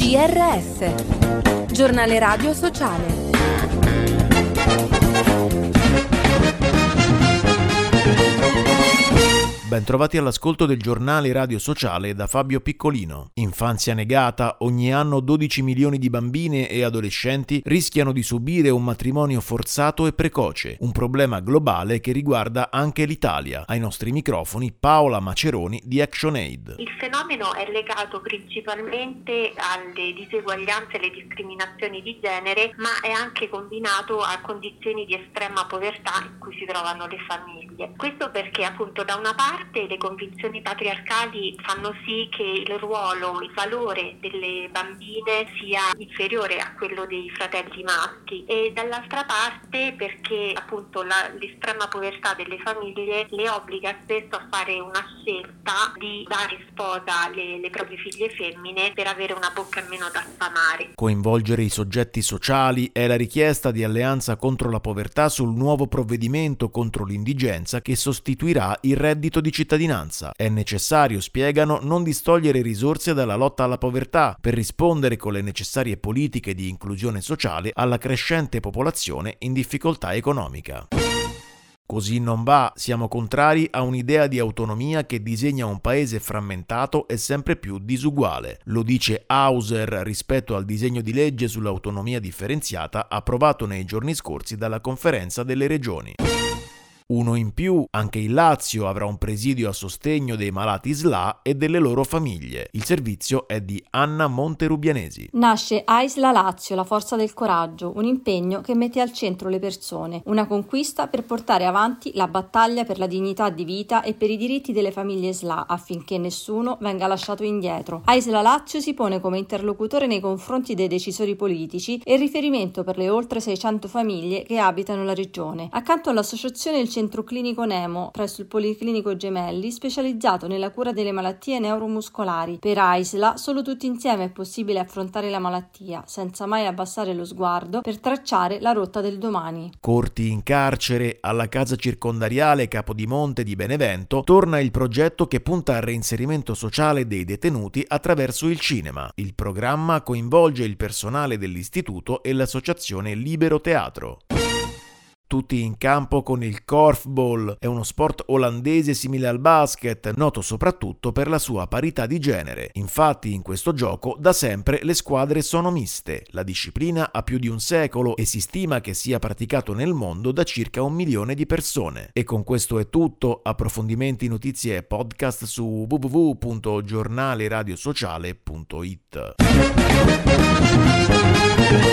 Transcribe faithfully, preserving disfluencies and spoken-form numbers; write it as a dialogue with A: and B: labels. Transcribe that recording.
A: G R S, giornale radio sociale.
B: Bentrovati all'ascolto del giornale radio sociale da Fabio Piccolino. Infanzia negata, ogni anno dodici milioni di bambine e adolescenti rischiano di subire un matrimonio forzato e precoce, un problema globale che riguarda anche l'Italia. Ai nostri microfoni Paola Maceroni di ActionAid.
C: Il fenomeno è legato principalmente alle diseguaglianze e alle discriminazioni di genere, ma è anche combinato a condizioni di estrema povertà in cui si trovano le famiglie. Questo perché appunto da una parte le convinzioni patriarcali fanno sì che il ruolo, il valore delle bambine sia inferiore a quello dei fratelli maschi, e dall'altra parte perché appunto la, l'estrema povertà delle famiglie le obbliga spesso a fare una scelta di dare in sposa le, le proprie figlie femmine per avere una bocca in meno da sfamare.
B: Coinvolgere i soggetti sociali è la richiesta di Alleanza contro la povertà sul nuovo provvedimento contro l'indigenza che sostituirà il reddito di cittadinanza. È necessario, spiegano, non distogliere risorse dalla lotta alla povertà per rispondere con le necessarie politiche di inclusione sociale alla crescente popolazione in difficoltà economica. Così non va, siamo contrari a un'idea di autonomia che disegna un paese frammentato e sempre più disuguale. Lo dice Hauser rispetto al disegno di legge sull'autonomia differenziata approvato nei giorni scorsi dalla Conferenza delle Regioni. Uno in più, anche il Lazio avrà un presidio a sostegno dei malati S L A e delle loro famiglie. Il servizio è di Anna Monterubianesi.
D: Nasce A I S L A Lazio, la forza del coraggio, un impegno che mette al centro le persone, una conquista per portare avanti la battaglia per la dignità di vita e per i diritti delle famiglie S L A affinché nessuno venga lasciato indietro. A I S L A Lazio si pone come interlocutore nei confronti dei decisori politici e riferimento per le oltre seicento famiglie che abitano la regione. Accanto all'associazione il Centro Clinico Nemo presso il Policlinico Gemelli, specializzato nella cura delle malattie neuromuscolari. Per A I S L A solo tutti insieme è possibile affrontare la malattia, senza mai abbassare lo sguardo per tracciare la rotta del domani.
B: Corti in carcere, alla casa circondariale Capodimonte di Benevento torna il progetto che punta al reinserimento sociale dei detenuti attraverso il cinema. Il programma coinvolge il personale dell'istituto e l'associazione Libero Teatro. Tutti in campo con il korfball, è uno sport olandese simile al basket, noto soprattutto per la sua parità di genere. Infatti in questo gioco da sempre le squadre sono miste. La disciplina ha più di un secolo e si stima che sia praticato nel mondo da circa un milione di persone. E con questo è tutto. Approfondimenti, notizie e podcast su w w w punto giornale radio sociale punto it.